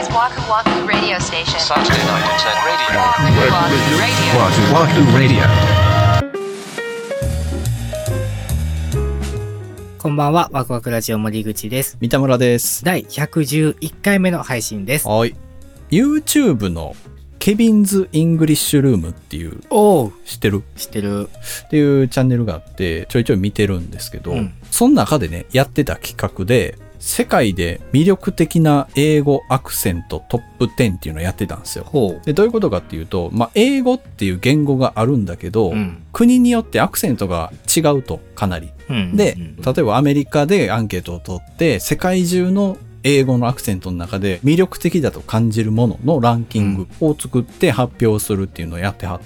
Waku Waku Radio Station. Saturday night at 10 radio. Waku Waku Radio. Wahoo Radio。こんばんは、ワクワクラジオ森口です。 三田村です。 第111回目の配信です。 はい。YouTube のケビンズ・イングリッシュルームっていう、知ってるっていうチャンネルがあって、ちょいちょい見てるんですけど、その中でね、やってた企画で、世界で魅力的な英語アクセントトップ10っていうのをやってたんですよ。で、どういうことかっていうと、英語っていう言語があるんだけど、国によってアクセントが違うと、かなり。で、例えばアメリカでアンケートを取って、世界中の英語のアクセントの中で魅力的だと感じるもののランキングを作って発表するっていうのをやってはって、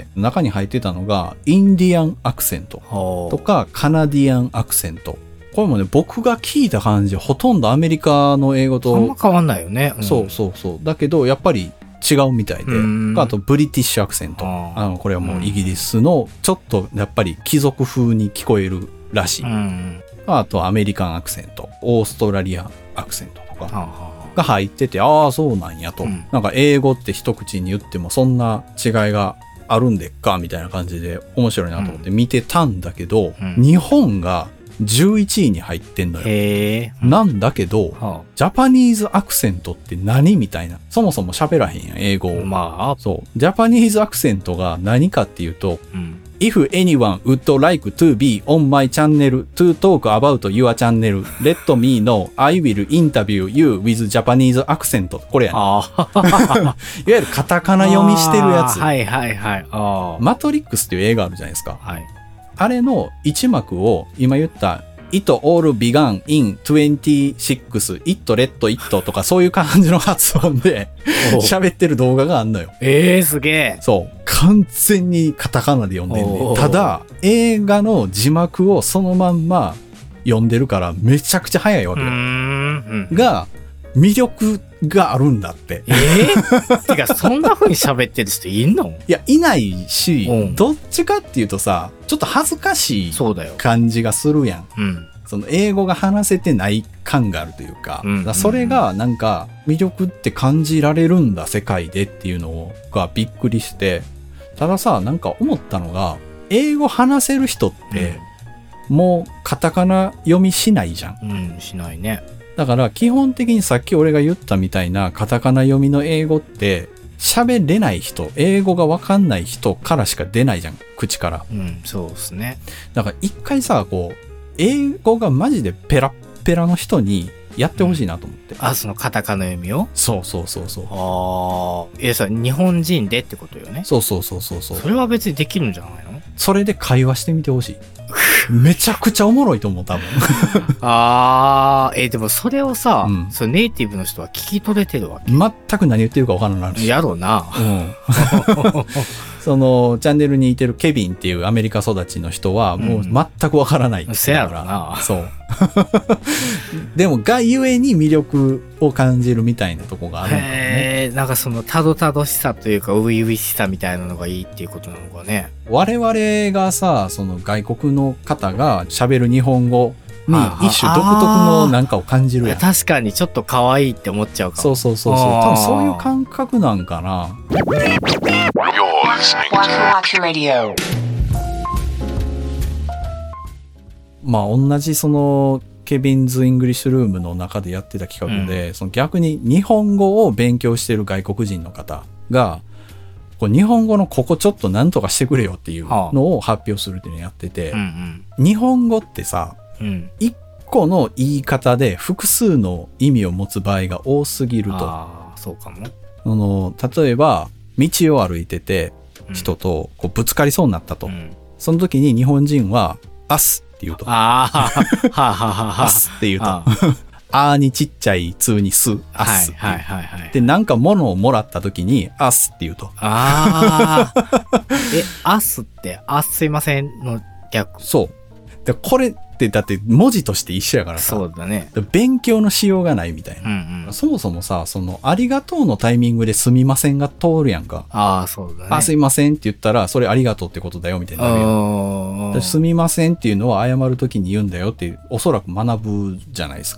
中に入ってたのが、インディアンアクセントとか、カナディアンアクセント。これもね、僕が聞いた感じ、ほとんどアメリカの英語と。 あんま変わんないよね。 そう。だけど、やっぱり違うみたいで。あと、ブリティッシュアクセント。これはもうイギリスの、ちょっとやっぱり貴族風に聞こえるらしい。あと、アメリカンアクセント。オーストラリアアクセントとかが入ってて、ああ、そうなんやと。なんか英語って一口に言ってもそんな違いがあるんでっかみたいな感じで面白いなと思って見てたんだけど、日本が11位に入ってんのよ。なんだけど、ジャパニーズアクセントって何みたいな。そもそも喋らへんやん、英語を。そう。ジャパニーズアクセントが何かっていうと、If anyone would like to be on my channel to talk about your channel, let me know. I will interview you with Japanese accent. これやね。いわゆるカタカナ読みしてるやつ。マトリックスっていう映画あるじゃないですか。あれの一幕を今言った It all began in 26 It let it とかそういう感じの発音で喋ってる動画があんのよ。 すげえ。 そう。完全にカタカナで読んでんね。ただ、映画の字幕をそのまんま読んでるからめちゃくちゃ早いわけよ。が、魅力があるんだって。 てか、そんな風に喋ってる人いんの？ いや、いないし、どっちかっていうとさ、ちょっと恥ずかしい感じがするやん。その英語が話せてない感があるというか、それがなんか魅力って感じられるんだ、世界でっていうのがびっくりして、たださ、なんか思ったのが、英語話せる人って、もうカタカナ読みしないじゃん。 しないね。 だから基本的にさっき俺が言ったみたいなカタカナ読みの英語って喋れない人、英語がわかんない人からしか出ないじゃん、口から。 そうですね。 だから一回さ、こう、英語がマジでペラッペラの人にやってほしいなと思って。 そのカタカナ読みを？そう。さ、日本人でってことよね。そう。それは別にできるんじゃないの？ それで会話してみてほしい。めちゃくちゃおもろいと思う、多分。 でもそれをさ、そのネイティブの人は聞き取れてるわけ？ 全く何言ってるか分からないし。 やろうな。 そのチャンネルにいてるケビンっていうアメリカ育ちの人はもう全く分からない。 せやろな。 そう。でもがゆえに魅力を感じるみたいなとこがあるんだよね。 なんかそのたどたどしさというか初々しさみたいなのがいいっていうことなのかね。 我々がさ、その外国の方が喋る日本語に一種独特のなんかを感じるやん。 確かにちょっと可愛いって思っちゃうかも。 そう。多分そういう感覚なんかな。同じそのケビンズ・イングリッシュルームの中でやってた企画で、その逆に日本語を勉強してる外国人の方がこう日本語のここちょっとなんとかしてくれよっていうのを発表するっていうのをやってて、日本語ってさ、一個の言い方で複数の意味を持つ場合が多すぎると。 そうかも。 例えば道を歩いてて人とこうぶつかりそうになったと、その時に日本人はアスって言うと。アスって言うと。あーにちっちゃい通にす、アス。で、なんか物をもらった時に、アスって言うと。 アスって、すいませんの逆。 そう。で、これってだって文字として一緒やからさ。 そうだね。 勉強のしようがないみたいな。そもそもさ、その、ありがとうのタイミングですみませんが通るやんか。 そうだね。 すいませんって言ったら、それありがとうってことだよみたいになるやん。すみませんっていうのは謝るときに言うんだよって、おそらく学ぶじゃないですか。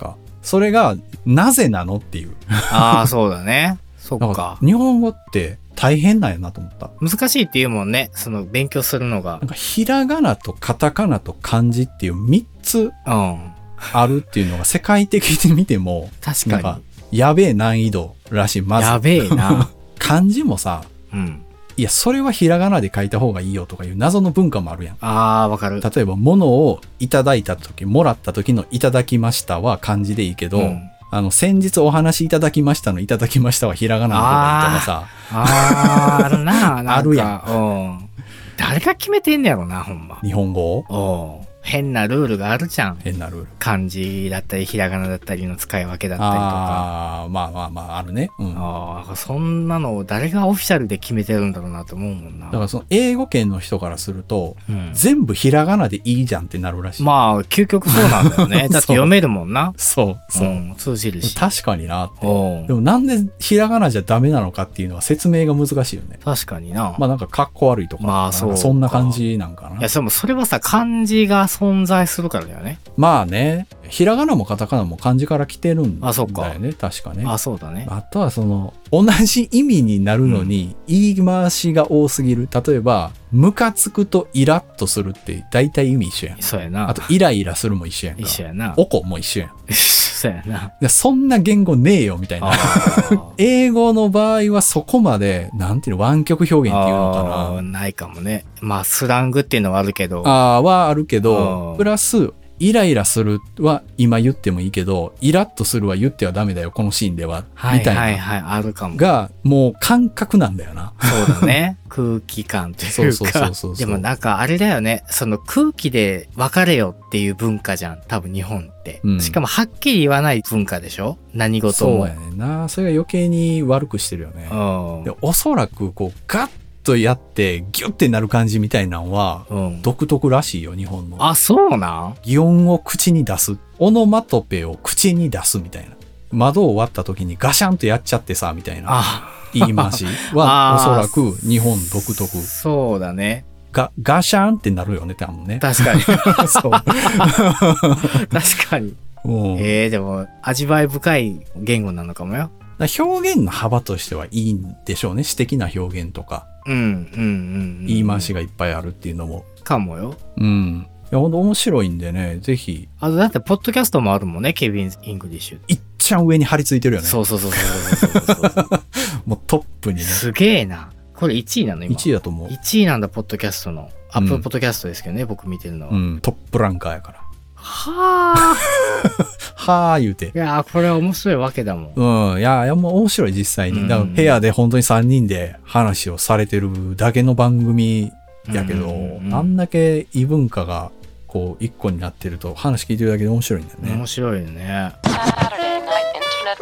それがなぜなのっていう。 ああ、そうだね。そっか。 日本語って大変なんやなと思った。 難しいって言うもんね。その勉強するのが。 なんかひらがなとカタカナと漢字っていう3つあるっていうのが世界的に見ても、 確かに。 なんかやべえ難易度らしい。まず。 やべえな。 漢字もさ、 うん。 いや、それはひらがなで書いた方がいいよとかいう謎の文化もあるやん。 ああ、わかる。 例えば、物をいただいた時、もらった時のいただきましたは漢字でいいけど、先日お話しいただきましたのいただきましたはひらがなの方がいいとかさ。 あるな。なんかあるやん。誰が決めてんねやろな、ほんま。 日本語変なルールがあるじゃん。 変なルール。 漢字だったり、ひらがなだったりの使い分けだったりとか。 ああ、まあ、あるね。うん。 ああ、そんなのを誰がオフィシャルで決めてるんだろうなと思うもんな。 だからその英語圏の人からすると、全部ひらがなでいいじゃんってなるらしい。 まあ、究極そうなんだよね。だって読めるもんな。 そう。 通じるし。 確かになって。でもなんでひらがなじゃダメなのかっていうのは説明が難しいよね。 確かにな。 まあなんか格好悪いとか。まあそう。そんな感じなんかな。 いや、それはさ、漢字が存在するからだよね。 まあね、ひらがなもカタカナも漢字から来てるんだよね。 あ、そうか。 確かね。 あ、そうだね。 あとは同じ意味になるのに、言い回しが多すぎる。例えば、ムカつくとイラッとするって大体意味一緒やん。 そうやな。 あと、イライラするも一緒やんか。 一緒やな。 おこも一緒やん。 そうやな。 そんな言語ねえよ、みたいな。英語の場合はそこまで、なんていうの、湾曲表現っていうのかな。 ないかもね。まあ、スラングっていうのはあるけど。 はあるけど、プラス、イライラするは今言ってもいいけど、イラッとするは言ってはダメだよ、このシーンでは。みたいな。 はいはい、あるかも。 が、もう感覚なんだよな。 そうだね。空気感っていうか。そう。でもなんかあれだよね。その空気で別れよっていう文化じゃん。多分日本って。しかもはっきり言わない文化でしょ？何事も。 そうやねんな。それが余計に悪くしてるよね。でおそらく、ガッとやってギュッてなる感じみたいなのは独特らしいよ、日本の。 あ、そうなん？ 擬音を口に出す。オノマトペを口に出すみたいな。窓を割った時にガシャンとやっちゃってさ、みたいな言い回しはおそらく日本独特。 そうだね。 ガシャンってなるよね、多分ね。 確かに。そう。確かに。でも味わい深い言語なのかもよ。 表現の幅としてはいいんでしょうね。詩的な表現とか。言い回しがいっぱいあるっていうのも。 かもよ。 いや、ほんと面白いんでね、ぜひ。 だって、ポッドキャストもあるもんね、ケビン・イングリッシュ。 いっちゃん上に張り付いてるよね。 そう。 もうトップにね。 すげえな。これ1位なの今。 1位だと思う。 1位なんだ、ポッドキャストの。アップルポッドキャストですけどね、僕見てるのは。 トップランカーやから。 はぁ言うて。 いやこれは面白いわけだもん。 いや、もう面白い実際に。だから部屋で本当に3人で話をされてるだけの番組やけど、あんだけ異文化がこう一個になってると話聞いてるだけで面白いんだよね。 面白いよね。 Saturday Night Internet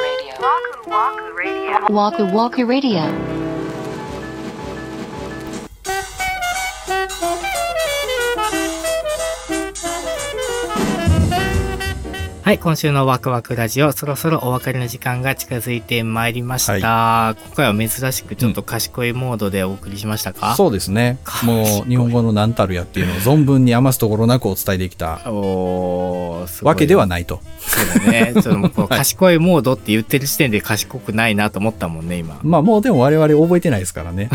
Radio. Waku Waku Radio. はい、今週のワクワクラジオ、そろそろお別れの時間が近づいてまいりました。今回は珍しくちょっと賢いモードでお送りしましたか？ そうですね。もう日本語の何たるやっていうのを存分に余すところなくお伝えできたわけではないと。 そうだね。ちょっともうこう賢いモードって言ってる時点で賢くないなと思ったもんね、今。 まあもうでも我々覚えてないですからね。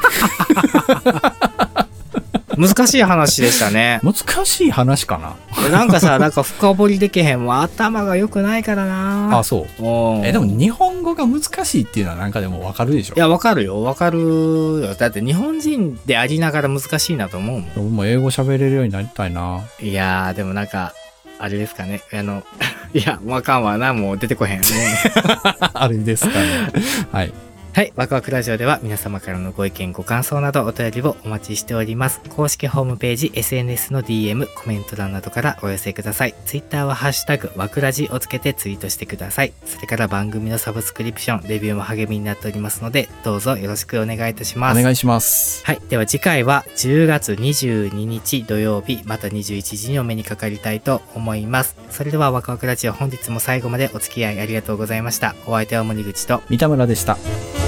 難しい話でしたね。 難しい話かな。 なんかさ、なんか深掘りできへんもん。頭が良くないからな。 あ、そう。でも日本語が難しいっていうのはなんかでもわかるでしょ。 いや、わかるよ。わかるよ。だって日本人でありながら難しいなと思うもん。 僕も英語喋れるようになりたいな。 いやー、でもなんか、あれですかね。いや、わかんわな。もう出てこへん。 あれですかね。はい。 はい。ワクワクラジオでは皆様からのご意見、ご感想などお便りをお待ちしております。公式ホームページ、SNS の DM、コメント欄などからお寄せください。Twitter はハッシュタグ、ワクラジをつけてツイートしてください。それから番組のサブスクリプション、レビューも励みになっておりますので、どうぞよろしくお願いいたします。 お願いします。 はい。では次回は10月22日土曜日、また21時にお目にかかりたいと思います。それではワクワクラジオ本日も最後までお付き合いありがとうございました。お相手は森口と三田村でした。